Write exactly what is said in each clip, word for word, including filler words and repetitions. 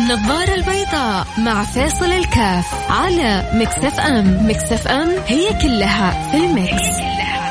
النظارة البيضاء مع فاصل الكاف على ميكس اف ام. ميكس اف ام هي كلها في الميكس.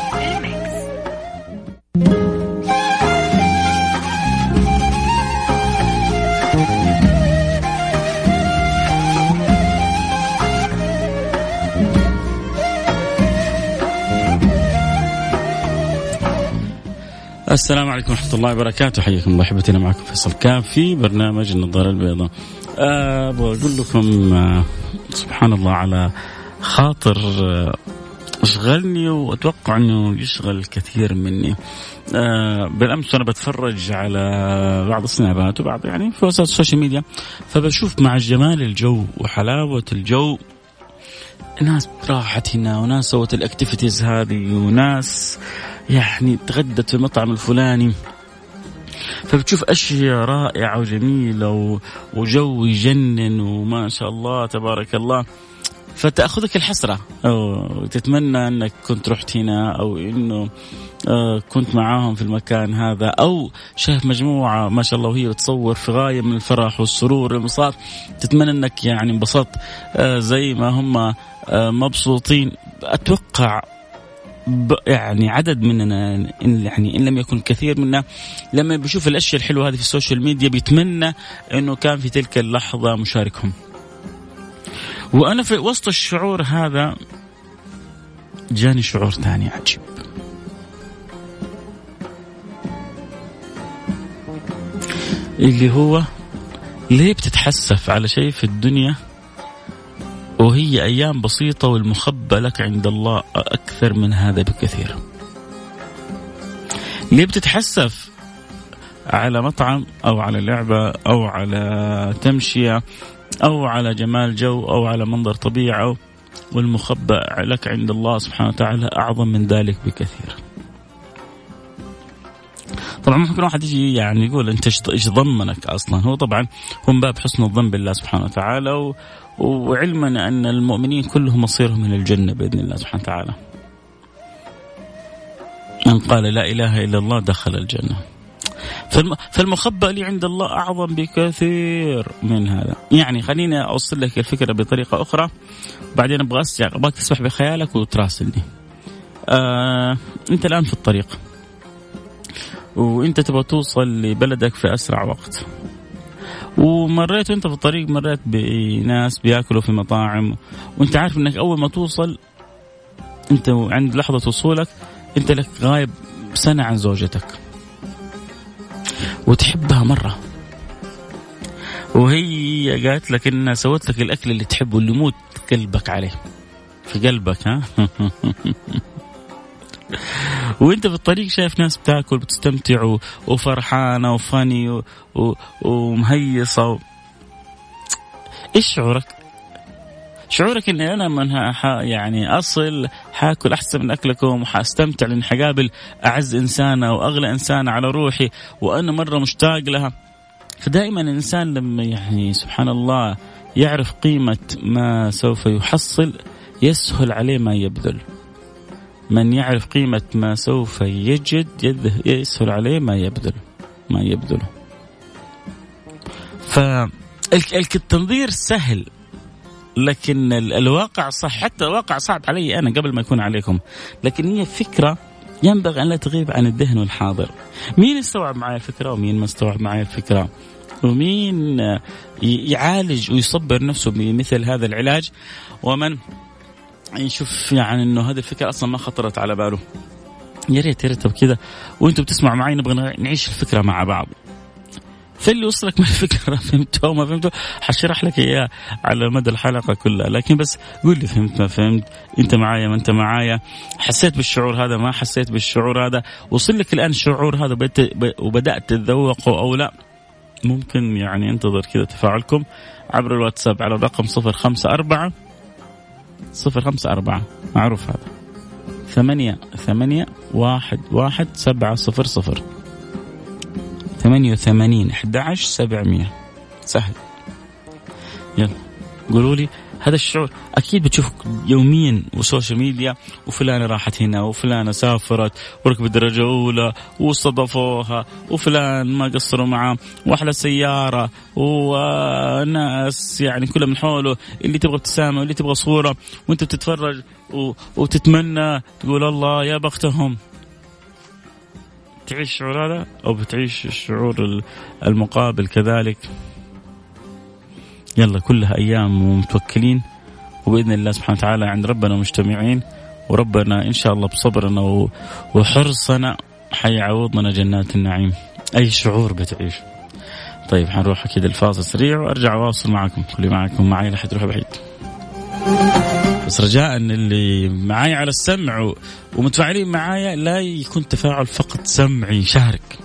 السلام عليكم ورحمة الله وبركاته. حياكم الله حبتنا، معكم فيصل كاف في برنامج النظارة البيضاء. أبغى أقول لكم أه سبحان الله على خاطر أه اشغلني وأتوقع أنه يشغل الكثير مني. أه بالأمس أنا بتفرج على بعض السنابات وبعض يعني في وسائل السوشيال ميديا، فبشوف مع جمال الجو وحلاوة الجو ناس راحت هنا وناس سوت الأكتيفيتيز هذه وناس يعني تغدت في المطعم الفلاني، فبتشوف أشياء رائعة وجميلة وجو يجنن وما شاء الله تبارك الله، فتأخذك الحسرة أو تتمنى أنك كنت رحت هنا أو أنه كنت معاهم في المكان هذا، أو شايف مجموعة ما شاء الله وهي بتصور في غاية من الفرح والسرور والانبساط، تتمنى أنك يعني انبسطت زي ما هم مبسوطين. أتوقع يعني عدد مننا إن يعني إن لم يكن كثير منا لما بيشوف الأشياء الحلوة هذه في السوشيال ميديا بيتمنى إنه كان في تلك اللحظة مشاركهم. وأنا في وسط الشعور هذا جاني شعور ثاني عجيب، اللي هو ليه بتتحسف على شيء في الدنيا وهي أيام بسيطة والمخبى لك عند الله أكثر من هذا بكثير؟ ليه بتتحسف على مطعم أو على لعبة أو على تمشية أو على جمال جو أو على منظر طبيعة والمخبى لك عند الله سبحانه وتعالى أعظم من ذلك بكثير؟ طبعا ممكن واحد يجي يعني يقول أنت إيش ضمنك أصلا؟ هو طبعا هم باب حسن الظن بالله سبحانه وتعالى و... وعلمنا أن المؤمنين كلهم مصيرهم إلى الجنة بإذن الله سبحانه وتعالى. من قال لا إله إلا الله دخل الجنة. فالم... فالمخبأ لي عند الله أعظم بكثير من هذا. يعني خليني أوصل لك الفكرة بطريقة أخرى، بعدين أبغى يعني أبغاك تسبح بخيالك وتراسلني. آه... أنت الآن في الطريق وأنت تبغى توصل لبلدك في أسرع وقت، ومريت وانت في الطريق مريت بناس بياكلوا في مطاعم، وانت عارف انك اول ما توصل انت عند لحظة وصولك انت لك غايب سنة عن زوجتك وتحبها مرة، وهي قالت لك انها سوت لك الاكل اللي تحبه اللي موت قلبك عليه في قلبك ها وانت في الطريق شايف ناس بتاكل بتستمتع وفرحانة وفاني و... و... ومهيصة و... ايش شعورك؟ شعورك اني انا من ح... يعني اصل حاكل احسن من اكلكم وحاستمتع لاني حقابل اعز انسانة واغلى انسانة على روحي وانا مرة مشتاق لها. فدائما الانسان لما يعني سبحان الله يعرف قيمة ما سوف يحصل يسهل عليه ما يبذل. من يعرف قيمة ما سوف يجد يسهل عليه ما يبذل ما يبذله. فالتنظير سهل لكن الواقع صح، حتى الواقع صعب علي أنا قبل ما يكون عليكم، لكن هي فكرة ينبغي أن لا تغيب عن الذهن والحاضر. مين يستوعب معي الفكرة ومين ما يستوعب معي الفكرة، ومين يعالج ويصبر نفسه بمثل هذا العلاج، ومن يشوف يعني انه هذه الفكره اصلا ما خطرت على باله. يا ريت يا ريت كذا وانتم بتسمعوا معي نبغى نعيش الفكره مع بعض. فاللي وصلك من الفكره فهمته او ما فهمته حشرح لك اياه على مدى الحلقه كلها، لكن بس قول لي فهمت ما فهمت، انت معايا ما انت معايا، حسيت بالشعور هذا ما حسيت بالشعور هذا، وصل لك الان الشعور هذا وبدات تذوقه او لا. ممكن يعني انتظر كذا تفاعلكم عبر الواتساب على الرقم صفر خمسة أربعة صفر خمسة أربعة معروف هذا ثمانية ثمانية واحد واحد سبعة صفر صفر ثمانية وثمانين أحد عشر سبعمية. سهل. يلا قولوا لي هذا الشعور أكيد بتشوف يوميا وسوشيال ميديا، وفلانة راحت هنا وفلانة سافرت وركبت درجة أولى واستضافوها وفلان ما قصروا معاه وأحلى سيارة وناس يعني كلها من حوله اللي تبغى ابتسامة واللي تبغى صورة، وانت بتتفرج وتتمنى تقول الله يا بختهم. تعيش الشعور هذا أو بتعيش الشعور المقابل كذلك؟ يلا كلها أيام ومتوكلين، وبإذن الله سبحانه وتعالى عند ربنا مجتمعين، وربنا إن شاء الله بصبرنا وحرصنا حيعوضنا جنات النعيم. أي شعور بتعيش. طيب حنروح أكيد الفاصل سريع وأرجع أواصل معكم. كل معكم معي لحد روح بعيد، بس رجاء أن اللي معاي على السمع ومتفاعلين معايا لا يكون تفاعل فقط سمعي، شارك.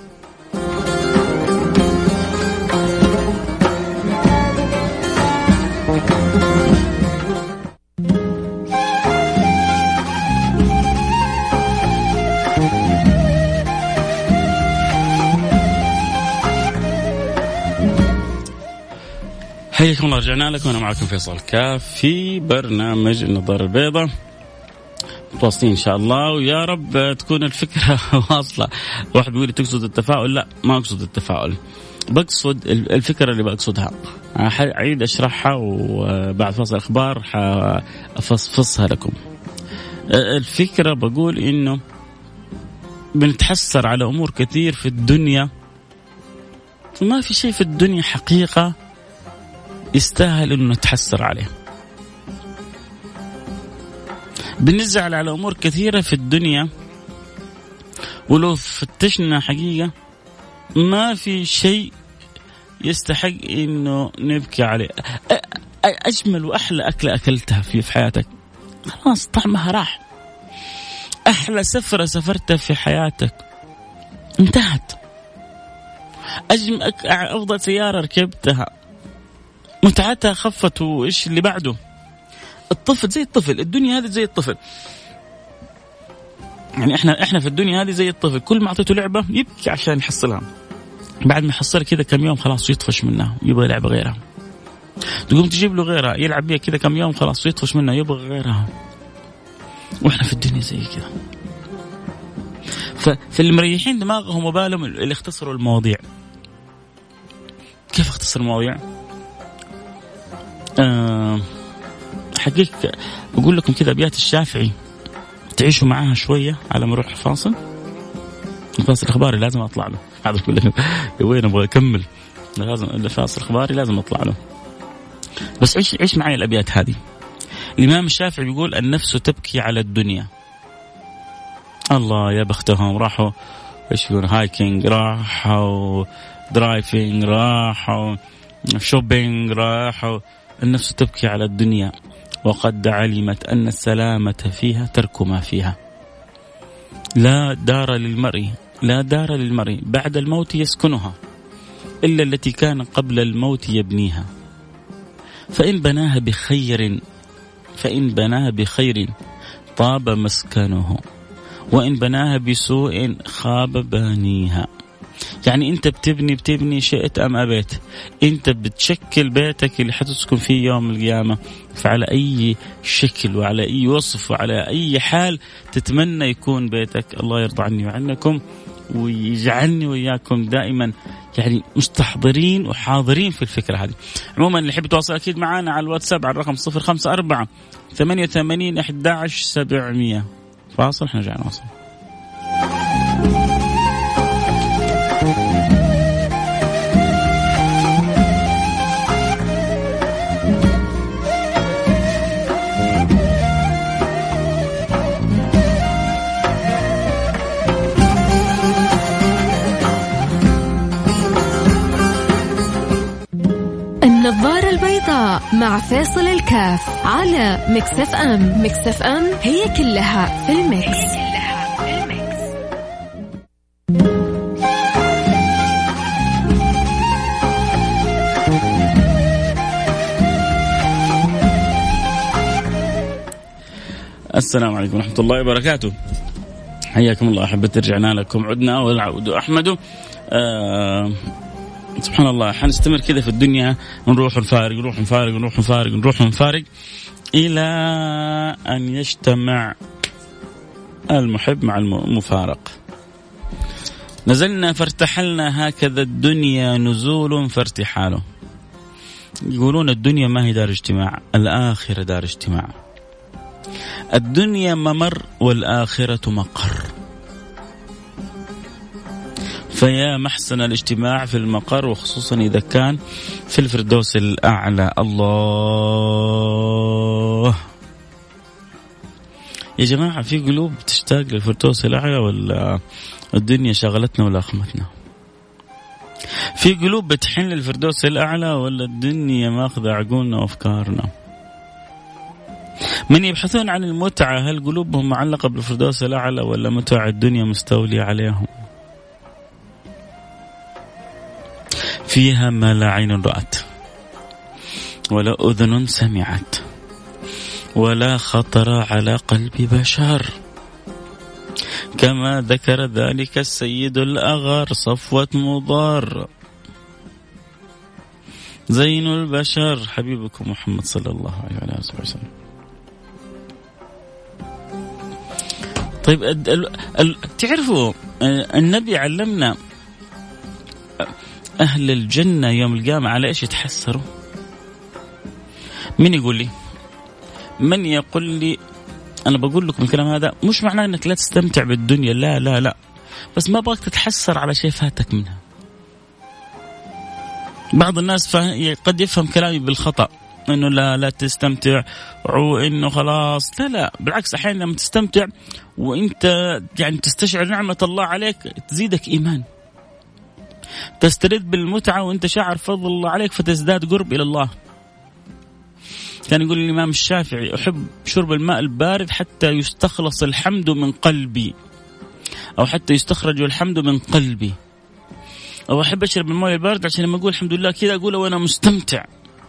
حياكم الله، رجعنا لكم. أنا معكم فيصل كاف في برنامج النظارة البيضاء، متواصلين إن شاء الله، ويا رب تكون الفكرة واصلة. واحد بيقول تقصد التفاؤل؟ لا، ما أقصد التفاؤل، بقصد الفكرة اللي بقصدها. أعيد أشرحها وبعد فاصل الأخبار أفصفصها لكم. الفكرة بقول إنه بنتحسر على أمور كثير في الدنيا، وما في شيء في الدنيا حقيقة يستاهل إنه نتحسر عليه. بنزعل على أمور كثيرة في الدنيا، ولو فتشنا حقيقة ما في شيء يستحق إنه نبكي عليه. أجمل وأحلى أكلة أكلتها في في حياتك خلاص طعمها راح. أحلى سفرة سافرتها في حياتك انتهت. أجمل أفضل سيارة ركبتها متعتها خفت، وإيش اللي بعده؟ الطفل زي الطفل، الدنيا هذه زي الطفل. يعني إحنا إحنا في الدنيا هذه زي الطفل، كل ما أعطيته لعبة يبكي عشان يحصلها، بعد ما يحصل كذا كم يوم خلاص يطفش منها يبغى لعبة غيرها. تقوم تجيب له غيرها يلعب بيها كذا كم يوم خلاص يطفش منها يبغى غيرها. وإحنا في الدنيا زي كذا. ففي المريحين دماغهم وبالهم اللي اختصروا المواضيع. كيف اختصر المواضيع؟ أه حقيقة بقول لكم كذا أبيات الشافعي تعيشوا معاها شوية على ما أروح الفاصل. الفاصل الأخباري لازم أطلع له. هذا كله وين أبغى أكمل، لازم الفاصل الأخباري لازم أطلع له. بس عيش عيش معي الأبيات هذه. الإمام الشافعي بيقول النفس تبكي على الدنيا. الله يا بختهم، راحوا إيش يقولون هايكينج، راحوا درايفينج، راحوا شوبينج، راحوا. النفس تبكي على الدنيا وقد علمت أن السلامة فيها ترك ما فيها. لا دار للمرء لا دار للمرء بعد الموت يسكنها إلا التي كان قبل الموت يبنيها. فإن بناها بخير فإن بناها بخير طاب مسكنه، وإن بناها بسوء خاب بانيها. يعني أنت بتبني بتبني شئت أم أبيت، أنت بتشكل بيتك اللي حتسكن فيه يوم القيامة. فعلى أي شكل وعلى أي وصف وعلى أي حال تتمنى يكون بيتك. الله يرضى عني وعنكم ويجعلني وإياكم دائما يعني مستحضرين وحاضرين في الفكرة هذه. عموما اللي يحب يتواصل أكيد معنا على الواتساب على الرقم صفر خمسة أربعة ثمانية ثمانين أحد عشر سبعمية. فاصل احنا جاي نواصل. النظارة البيضاء مع فيصل الكاف على مكسف أم. مكسف أم هي كلها في المكس. السلام عليكم ورحمة الله وبركاته. حياكم الله أحبتي، رجعنا لكم عدنا والعود أحمد. آه سبحان الله حنستمر كذا في الدنيا، نروح ونفارق نروح ونفارق نروح ونفارق نروح ونفارق إلى أن يجتمع المحب مع المفارق. نزلنا فارتحلنا هكذا الدنيا نزول فارتحاله. يقولون الدنيا ما هي دار اجتماع، الآخرة دار اجتماع. الدنيا ممر والآخرة مقر، فيا محسن الاجتماع في المقر، وخصوصا إذا كان في الفردوس الأعلى. الله يا جماعة، في قلوب تشتاق للفردوس الأعلى ولا الدنيا شغلتنا ولا أخمتنا؟ في قلوب بتحن للفردوس الأعلى ولا الدنيا ماخذة عقولنا وأفكارنا؟ من يبحثون عن المتعة هل قلوبهم معلقة بالفردوس الأعلى ولا متاع الدنيا مستولية عليهم؟ فيها ما لا عين رأت ولا أذن سمعت ولا خطر على قلب بشر، كما ذكر ذلك السيد الأغر صفوة مضار زين البشر حبيبكم محمد صلى الله عليه وسلم. طيب ال ال تعرفوا النبي علمنا أهل الجنة يوم القيامة على إيش يتحسروا؟ من يقول لي؟ من يقول لي؟ أنا بقول لكم الكلام هذا مش معناه أنك لا تستمتع بالدنيا، لا لا لا، بس ما بغاك تتحسر على شيء فاتك منها. بعض الناس قد يفهم كلامي بالخطأ، إنه لا لا تستمتع وإنه خلاص، لا لا، بالعكس أحيانا لما تستمتع وإنت يعني تستشعر نعمة الله عليك تزيدك إيمان، تسترد بالمتعة وإنت شاعر فضل الله عليك فتزداد قرب إلى الله. كان يقول الإمام الشافعي: أحب شرب الماء البارد حتى يستخلص الحمد من قلبي، أو حتى يستخرج الحمد من قلبي. أو أحب أشرب الماء البارد عشان لما أقول الحمد لله كذا أقوله وأنا مستمتع.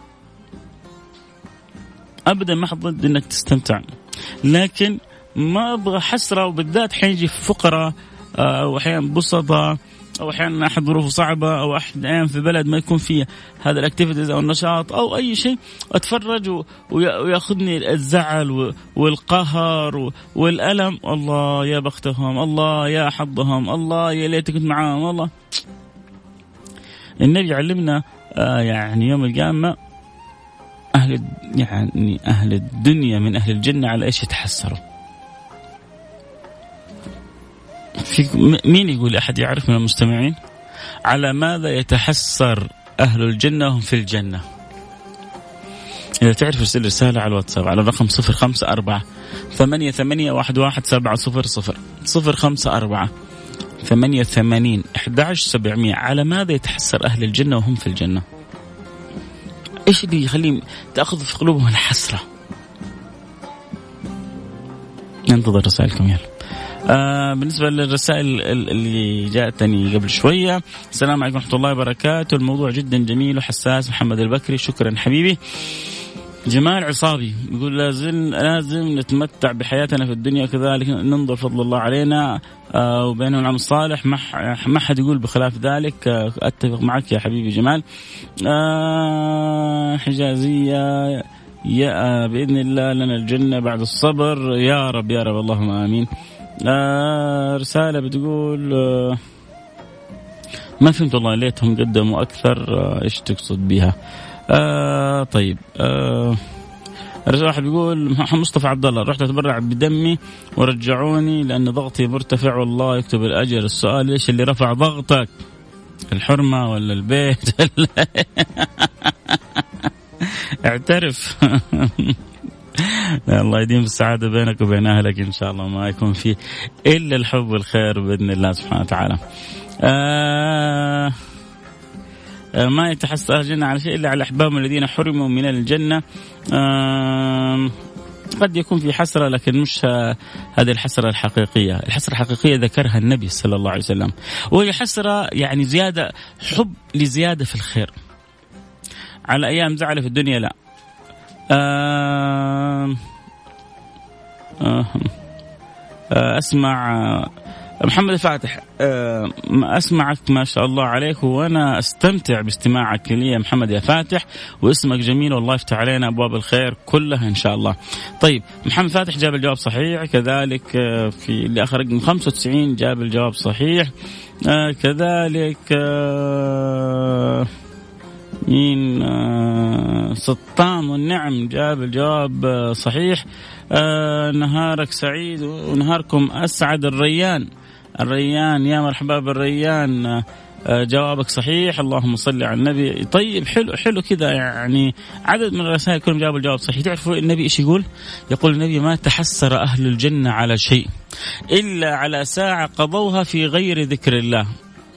أبدا ما ضد إنك تستمتع، لكن ما أبغى حسرة، وبالذات حيجي في فقراء أو أحيانا بسطة أو أحيانا أحد ظروفه صعبة أو أحد أيام في بلد ما يكون فيه هذا الأكتيفيتيز أو النشاط أو أي شيء، أتفرج ويأخذني الزعل والقهر والألم. الله يا بختهم، الله يا حظهم، الله يا ليت كنت معاهم. والله النبي علمنا آه يعني يوم القيامة أهل يعني أهل الدنيا من أهل الجنة على إيش يتحسروا. في مين يقول؟ أحد يعرف من المستمعين على ماذا يتحسر أهل الجنة هم في الجنة؟ إذا تعرف ارسل رسالة على الواتساب على الرقم صفر خمسة أربعة ثمانية ثمانية واحد واحد سبعة صفر صفر صفر خمسة أربعة ثمانية ثمانين أحد عشر سبعمية. على ماذا يتحسر أهل الجنة وهم في الجنة؟ إيش اللي يخليهم تأخذ في قلوبهم الحسرة؟ ننتظر رسائلكم يلا. آه بالنسبة للرسائل اللي جاءتني قبل شوية: السلام عليكم ورحمة الله وبركاته، الموضوع جدا جميل وحساس. محمد البكري، شكرا حبيبي. جمال عصابي يقول: لازم لازم نتمتع بحياتنا في الدنيا، كذلك ننظر فضل الله علينا آه وبينهم العمل الصالح. ما حد يقول بخلاف ذلك. آه أتفق معك يا حبيبي جمال. آه حجازية: يا بإذن الله لنا الجنة بعد الصبر، يا رب يا رب اللهم آمين. آه رسالة بتقول: آه ما فهمت والله، ليتهم قدموا أكثر. آه إيش تقصد بها؟ آه طيب. آه رسالة واحد بيقول: مصطفى عبد الله: رحت أتبرع بدمي ورجعوني لأن ضغطي مرتفع والله يكتب الأجر. السؤال: إيش اللي رفع ضغطك؟ الحرمة ولا البيت؟ اعترف. الله يديم السعادة بينك وبين أهلك إن شاء الله، ما يكون فيه إلا الحب والخير بإذن الله سبحانه وتعالى. آه ما يتحسر أهل الجنة على شيء إلا على أحبابهم الذين حرموا من الجنة. آه قد يكون في حسرة لكن مش هذه الحسرة الحقيقية. الحسرة الحقيقية ذكرها النبي صلى الله عليه وسلم، وهي حسرة يعني زيادة حب لزيادة في الخير. على أيام زعل في الدنيا لا. آه آه أسمع محمد الفاتح أسمعك ما شاء الله عليك، وأنا أستمتع باستماعك لي يا محمد يا فاتح، واسمك جميل والله يفتح علينا أبواب الخير كلها إن شاء الله. طيب محمد فاتح جاب الجواب صحيح، كذلك في اللي آخر رقم خمسة وتسعين جاب الجواب صحيح، كذلك مين سلطان والنعم جاب الجواب صحيح. نهارك سعيد ونهاركم أسعد. الريان الريان يا مرحبا بالريان جوابك صحيح، اللهم صل على النبي. طيب حلو حلو كذا، يعني عدد من الرسائل كلهم جابوا الجواب صحيح. تعرفوا النبي إيش يقول؟ يقول النبي ما تحسر أهل الجنة على شيء إلا على ساعة قضوها في غير ذكر الله.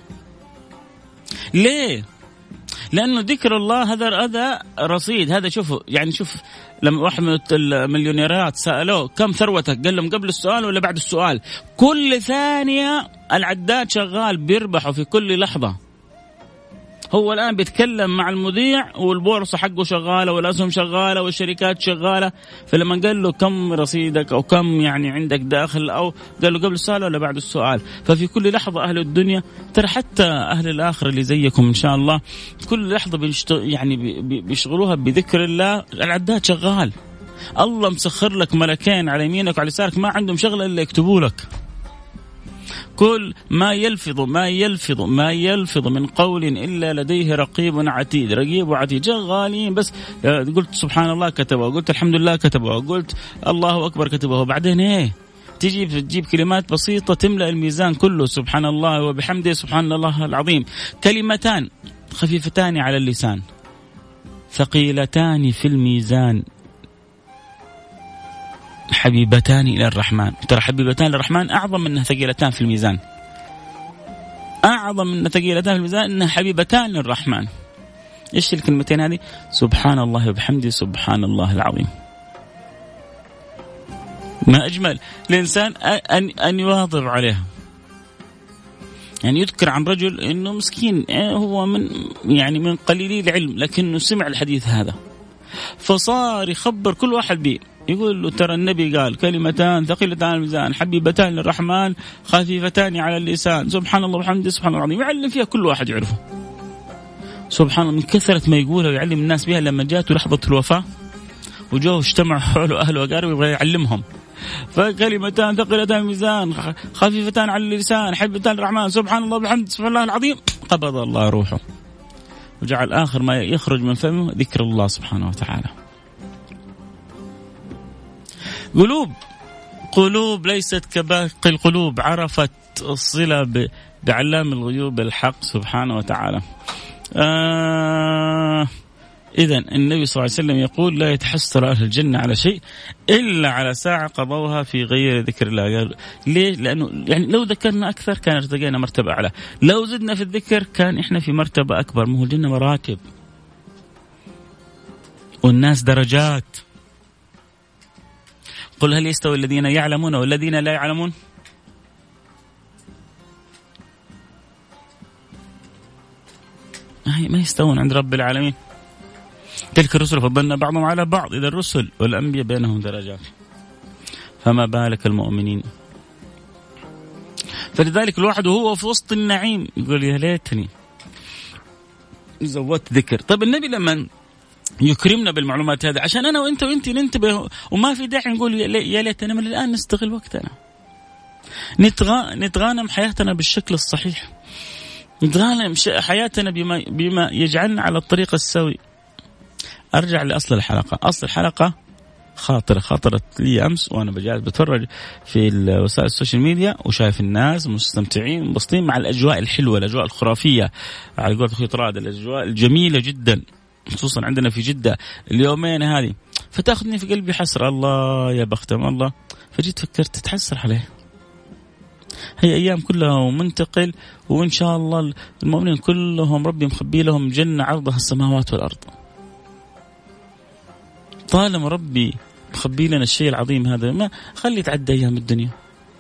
ليه؟ لأنه ذكر الله هذا هذا رصيد. هذا شوفوا يعني شوف لما واحد من المليونيرات سألوه كم ثروتك، قال لهم قبل السؤال ولا بعد السؤال؟ كل ثانية العداد شغال، بيربحوا في كل لحظة. هو الآن بيتكلم مع المذيع والبورصة حقه شغالة والأسهم شغالة والشركات شغالة، فلما قال له كم رصيدك أو كم يعني عندك داخل، أو قال له قبل السؤال ولا بعد السؤال. ففي كل لحظة أهل الدنيا، ترى حتى أهل الآخرة اللي زيكم إن شاء الله، كل لحظة بيشتغل يعني بيشغلوها بذكر الله، العداد شغال. الله مسخر لك ملكين على يمينك وعلى يسارك ما عندهم شغلة إلا يكتبوا لك. كل ما يلفظ ما يلفظ ما يلفظ من قول إلا لديه رقيب عتيد. رقيب وعتيد شغالين، بس قلت سبحان الله كتبه، قلت الحمد لله كتبه، قلت الله أكبر كتبه، وبعدين إيه تجيب تجيب كلمات بسيطة تملأ الميزان كله. سبحان الله وبحمده سبحان الله العظيم. كلمتان خفيفتان على اللسان ثقيلتان في الميزان حبيبتان إلى الرحمن. ترى حبيبتان للرحمن أعظم من ثقيلتان في الميزان، أعظم من ثقيلتان في الميزان إنها حبيبتان للرحمن. إيش الكلمتين هذه؟ سبحان الله وبحمده سبحان الله العظيم. ما أجمل الإنسان أن أن يواظب عليها. يعني يذكر عن رجل إنه مسكين، هو من يعني من قليلي العلم، لكنه سمع الحديث هذا فصار يخبر كل واحد به، يقول له ترى النبي قال كلمتان ثقيلتان الميزان حبيبتان للرحمن خفيفتان على اللسان سبحان الله وبحمده سبحان الله العظيم. يعلم فيها كل واحد يعرفه سبحان الله، من كثرة ما يقولها ويعلم الناس بها. لما جاءته لحظة الوفاة وجوه اجتمعوا حوله أهل وأقارب يبغى يعلمهم، فكلمتان ثقيلتان الميزان خفيفتان على اللسان حبيبتان للرحمن سبحان الله وبحمده سبحان الله العظيم. قبض الله روحه وجعل آخر ما يخرج من فمه ذكر الله سبحانه وتعالى. قلوب قلوب ليست كباقي القلوب، عرفت الصلة بعلام الغيوب الحق سبحانه وتعالى. آه إذن النبي صلى الله عليه وسلم يقول لا يتحسر أهل الجنة على شيء إلا على ساعة قضوها في غير ذكر الله. ليه؟ لأنه يعني لو ذكرنا أكثر كان ارتقينا مرتبة أعلى، لو زدنا في الذكر كان إحنا في مرتبة أكبر. مو الجنة مراتب والناس درجات. قل هل يستوي الذين يعلمون والذين لا يعلمون؟ ما يستوون عند رب العالمين. تلك الرسل فضلنا بعضهم على بعض، إذا الرسل والأنبياء بينهم درجات، فما بالك المؤمنين. فلذلك الواحد وهو في وسط النعيم يقول يا ليتني زودت ذكر. طيب النبي لما يكرمنا بالمعلومات هذه عشان أنا وإنت وإنتي ننتبه، وما في داعي نقول يا ليتنا، من الآن نستغل وقتنا، نتغ... نتغانم حياتنا بالشكل الصحيح، نتغانم حياتنا بما, بما يجعلنا على الطريق السوي. أرجع لأصل الحلقة. أصل الحلقة خاطرة خاطرت لي أمس وأنا بجالس بتفرج في وسائل السوشيال ميديا وشايف الناس مستمتعين مبسوطين مع الأجواء الحلوة، الأجواء الخرافية على قولة أخوي طراد، الأجواء الجميلة جدا خصوصا عندنا في جدة اليومين هذه. فتأخذني في قلبي حسرة، الله يا بختم الله. فجيت فكرت تتحسر عليه، هي أيام كلها ومنتقل، وإن شاء الله المؤمنين كلهم ربي مخبي لهم جنة عرضها السماوات والأرض. طالما ربي مخبي لنا الشيء العظيم هذا، ما خلي تعدي أيام الدنيا،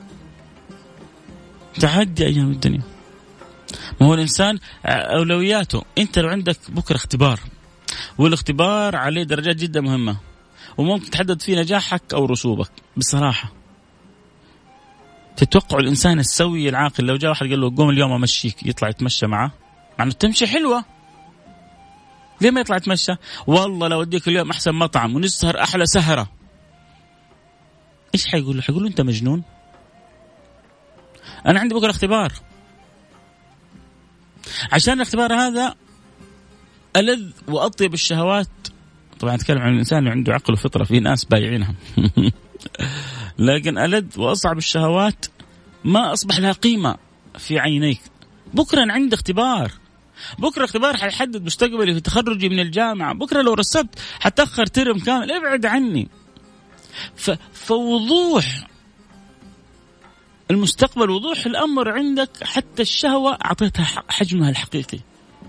تعدي أيام الدنيا. ما هو الإنسان أولوياته. أنت لو عندك بكرة اختبار، والاختبار عليه درجات جدا مهمة وممكن تحدد فيه نجاحك أو رسوبك، بصراحة تتوقع الإنسان السوي العاقل لو جاء واحد قال له قوم اليوم أمشيك يطلع يتمشى معه؟ مع أنه تمشي حلوة، ليه ما يطلع يتمشى؟ والله لو أوديك اليوم أحسن مطعم ونسهر أحلى سهرة، إيش حيقول له؟ حيقول له أنت مجنون. أنا عندي بكرة اختبار، عشان الاختبار هذا ألذ وأطيب الشهوات. طبعا أتكلم عن الإنسان اللي عنده عقل وفطرة، في ناس بايعينها لكن ألذ وأصعب الشهوات ما أصبح لها قيمة في عينيك. بكرة أنا عندي اختبار، بكرة اختبار حيحدد مستقبلي في تخرجي من الجامعة. بكرة لو رسبت حتأخر ترم كامل، ابعد عني. ف... فوضوح المستقبل، وضوح الأمر عندك، حتى الشهوة أعطيتها حجمها الحقيقي.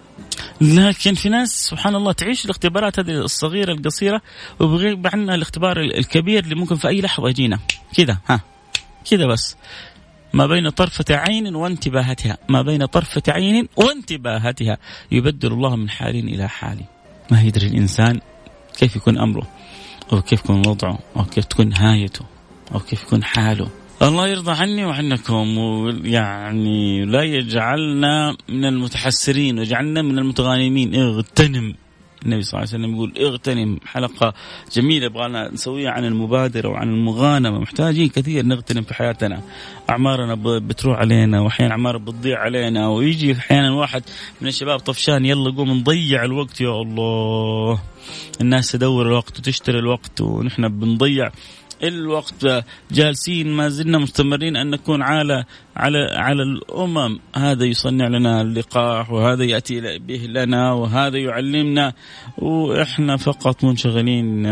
لكن في ناس سبحان الله تعيش الاختبارات هذه الصغيرة القصيرة وبغيب عنها الاختبار الكبير اللي ممكن في أي لحظة يجينا كذا، ها كذا بس، ما بين طرفة عين وانتباهتها، ما بين طرفة عين وانتباهتها يبدل الله من حال إلى حال. ما يدري الإنسان كيف يكون أمره، أو كيف يكون وضعه، أو كيف تكون نهايته، أو كيف يكون حاله. الله يرضى عني وعنكم، ويعني لا يجعلنا من المتحسرين ويجعلنا من المتغانمين. اغتنم، النبي صلى الله عليه وسلم يقول اغتنم. حلقة جميلة بغانا نسويها عن المبادرة وعن المغانمة، محتاجين كثير نغتنم في حياتنا. أعمارنا بتروح علينا، وأحيانا أعمار بتضيع علينا، ويجي أحيانا واحد من الشباب طفشان، يلا قوم نضيع الوقت. يا الله، الناس تدور الوقت وتشتري الوقت، ونحن بنضيع الوقت جالسين ما زلنا مستمرين أن نكون على على على الأمم. هذا يصنع لنا اللقاح، وهذا يأتي به لنا، وهذا يعلمنا، وإحنا فقط منشغلين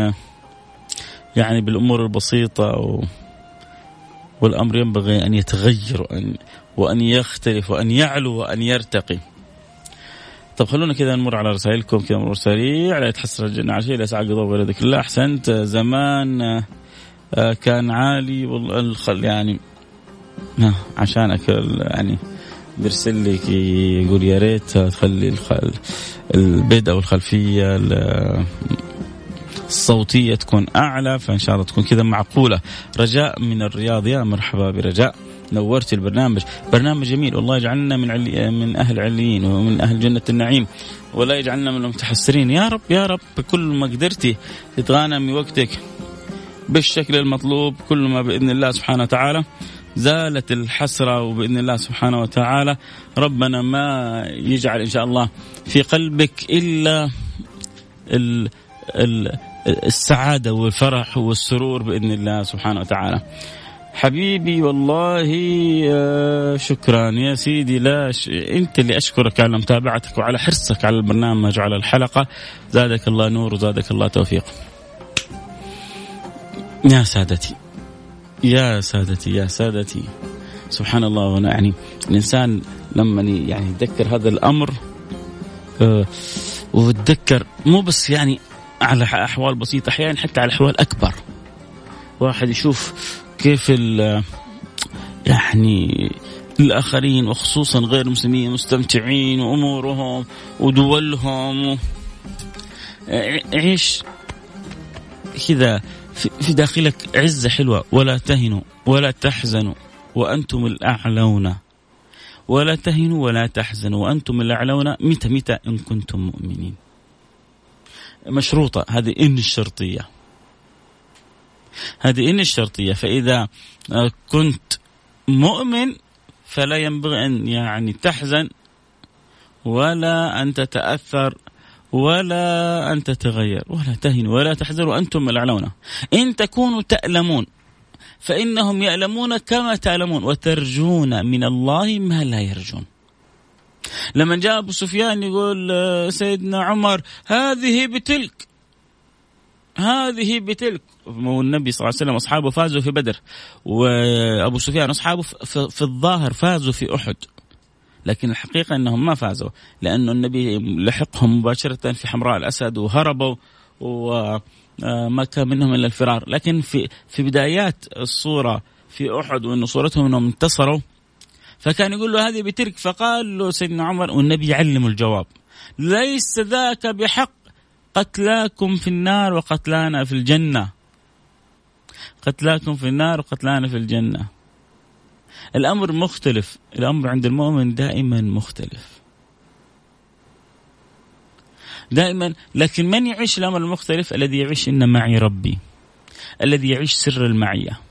يعني بالأمور البسيطة. و والأمر ينبغي أن يتغير وأن وأن يختلف وأن يعلو وأن يرتقي. طب خلونا كذا نمر على رسائلكم كذا مرور سريع. لا يتحسر الجنة عشية لا سعى قضاء ولا ذكر الله. أحسنت. زمان كان عالي والخل يعني عشانك يعني برسل لك يقول يا ريت تخلي البيد أو الخلفية الصوتية تكون أعلى، فإن شاء الله تكون كذا معقولة. رجاء من الرياض، يا مرحبا برجاء، نورت البرنامج، برنامج جميل والله. يجعلنا من علي من أهل عليين ومن أهل جنة النعيم، ولا يجعلنا من المتحسرين يا رب يا رب. بكل ما قدرتي تتغانمي وقتك بالشكل المطلوب، كل ما بإذن الله سبحانه وتعالى زالت الحسرة، وبإذن الله سبحانه وتعالى ربنا ما يجعل إن شاء الله في قلبك إلا ال ال السعادة والفرح والسرور بإذن الله سبحانه وتعالى. حبيبي والله شكرا يا سيدي. لا ش... أنت اللي أشكرك على متابعتك وعلى حرصك على البرنامج وعلى الحلقة. زادك الله نور وزادك الله توفيق. يا سادتي يا سادتي يا سادتي سبحان الله. وانا يعني الإنسان لما يعني يتذكر هذا الأمر أه وتذكر مو بس يعني على أحوال بسيطة، أحيانا حتى على أحوال أكبر. واحد يشوف كيف يعني الآخرين وخصوصا غير المسلمين مستمتعين وأمورهم ودولهم، عيش كذا في داخلك عزة حلوة. ولا تهنوا ولا تحزنوا وأنتم الأعلون، ولا تهنوا ولا تحزنوا وأنتم الأعلون متى متى إن كنتم مؤمنين. مشروطة هذه، إن الشرطية، هذه إن الشرطية. فإذا كنت مؤمن فلا ينبغي أن يعني تحزن ولا أن تتأثر ولا أن تتغير. ولا تهنوا ولا تحزنوا وأنتم الأعلون إن تكونوا تألمون فإنهم يألمون كما تألمون وترجون من الله ما لا يرجون. لما جاء أبو سفيان يقول سيدنا عمر هذه بتلك هذه بتلك، والنبي صلى الله عليه وسلم أصحابه فازوا في بدر، وأبو سفيان أصحابه في الظاهر فازوا في أحد، لكن الحقيقة أنهم ما فازوا، لأن النبي لحقهم مباشرة في حمراء الأسد وهربوا وما كان منهم إلا الفرار. لكن في في بدايات الصورة في أحد وأن صورتهم أنهم انتصروا، فكان يقول له هذه بتلك، فقال له سيدنا عمر والنبي يعلم الجواب ليس ذاك بحق، قتلاكم في النار وقتلانا في الجنة، قتلاكم في النار وقتلانا في الجنة. الأمر مختلف. الأمر عند المؤمن دائما مختلف دائما. لكن من يعيش الأمر المختلف؟ الذي يعيش إن معي ربي، الذي يعيش سر المعية،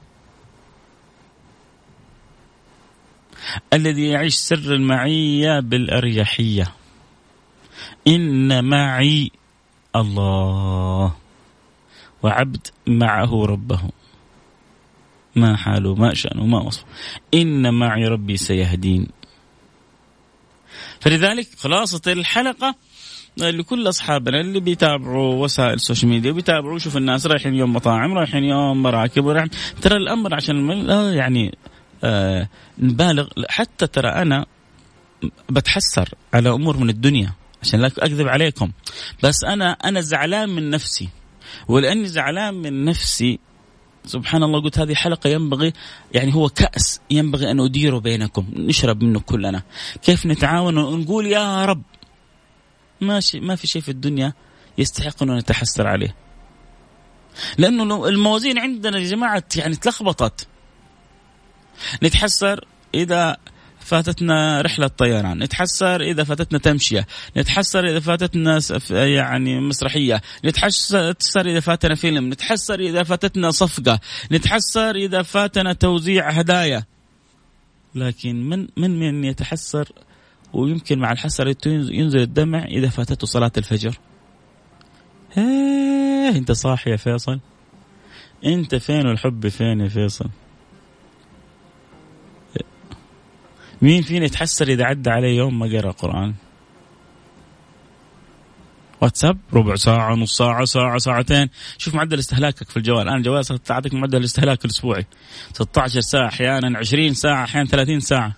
الذي يعيش سر المعية بالأريحية. إن معي الله وعبد معه ربه، ما حاله ما شأنه ما وصفه، إن معي ربي سيهدين. فلذلك خلاصة الحلقة لكل أصحابنا اللي بيتابعوا وسائل السوشيال ميديا وبيتابعوا، شوف الناس رايحين يوم مطاعم، رايحين يوم مراكب، ورايحين ترى الأمر عشان يعني آه نبالغ. حتى ترى أنا بتحسر على أمور من الدنيا عشان لا أكذب عليكم، بس أنا أنا زعلان من نفسي، ولأني زعلان من نفسي سبحان الله قلت هذه حلقة ينبغي يعني هو كأس ينبغي أن أديره بينكم، نشرب منه كلنا، كيف نتعاون ونقول يا رب ما ما في شيء في الدنيا يستحق أن نتحسر عليه، لأنه الموازين عندنا يا جماعة يعني تلخبطت. نتحسر إذا فاتتنا رحلة طيران، نتحسر إذا فاتتنا تمشية، نتحسر إذا فاتتنا يعني مسرحية، نتحسر إذا فاتنا فيلم، نتحسر إذا فاتتنا صفقة، نتحسر إذا فاتنا توزيع هدايا. لكن من من من يتحسر ويمكن مع الحسرة ينزل الدمع إذا فاتته صلاة الفجر. هيه أنت صاحي يا فيصل؟ أنت فين والحب فين يا فيصل؟ مين فينا يتحسر إذا عدى عليه يوم ما قرأ قرآن؟ واتساب ربع ساعة، نص ساعة، ساعة، ساعتين. شوف معدل استهلاكك في الجوال. أنا جوال ساعتك معدل الاستهلاك الأسبوعي ستة عشر ساعة، أحيانا عشرين ساعة، أحيانا ثلاثين ساعة.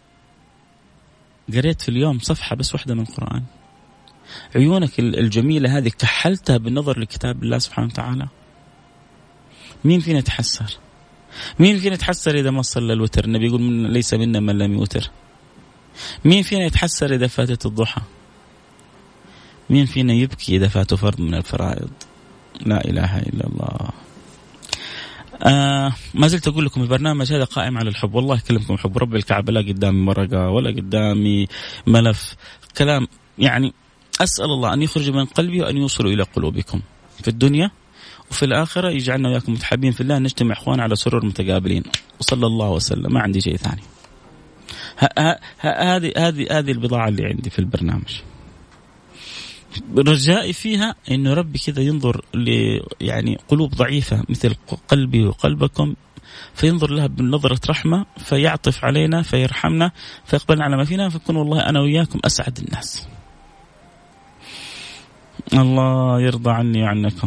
قريت في اليوم صفحة بس واحدة من القرآن؟ عيونك الجميلة هذه كحلتها بالنظر لكتاب الله سبحانه وتعالى. مين فينا يتحسر؟ مين فينا يتحسر إذا ما صلى الوتر؟ النبي يقول من ليس منا من لم يوتر. مين فينا يتحسر إذا فاتت الضحى؟ مين فينا يبكي إذا فاته فرض من الفرائض؟ لا إله إلا الله. آه ما زلت أقول لكم البرنامج هذا قائم على الحب. والله أكلمكم حب رب الكعبة، لا قدامي مرقة ولا قدامي ملف كلام، يعني أسأل الله أن يخرج من قلبي وأن يوصل إلى قلوبكم في الدنيا وفي الآخرة، يجعلنا وياكم متحابين في الله، نجتمع إخوان على سرور متقابلين. وصلى الله وسلم. ما عندي شيء ثاني. هذه هذه هذه البضاعة اللي عندي في البرنامج. رجائي فيها إنه ربي كذا ينظر ل يعني قلوب ضعيفة مثل قلبي وقلبكم، فينظر لها بنظرة رحمة، فيعطف علينا، فيرحمنا، فيقبلنا على ما فينا، فيكون والله أنا وياكم أسعد الناس. الله يرضى عني وعنكم.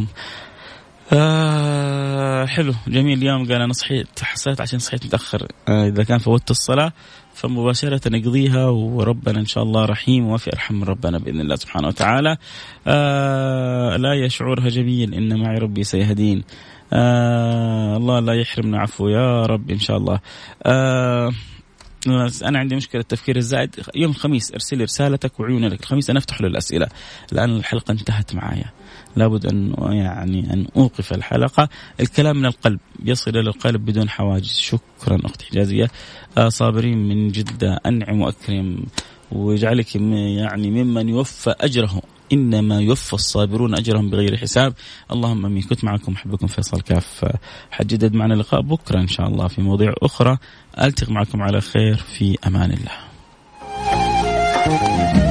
آه حلو جميل. اليوم قال أنا صحيت حسيت عشان صحيت متأخر، آه إذا كان فوتت الصلاة فمباشرة نقضيها، وربنا إن شاء الله رحيم وفي أرحم من ربنا بإذن الله سبحانه وتعالى. آه لا يشعرها جميل إن معي ربي سيهدين. آه الله لا يحرمنا عفو يا رب إن شاء الله. آه أنا عندي مشكلة التفكير الزائد. يوم الخميس ارسل رسالتك وعيوني لك. الخميس أنا أفتح له الأسئلة لأن الحلقة انتهت معايا، لابد أن يعني أن أوقف الحلقة. الكلام من القلب يصل إلى القلب بدون حواجز. شكرا أختي حجازية. صابرين من جدة، أنعم وأكرم ويجعلك يعني ممن يوفى أجره، إنما يوفى الصابرون أجرهم بغير حساب. اللهم أمين. كنت معكم أحبكم فيصل كاف. حجدد معنا لقاء بكرة إن شاء الله في مواضيع أخرى. ألتقي معكم على خير في أمان الله.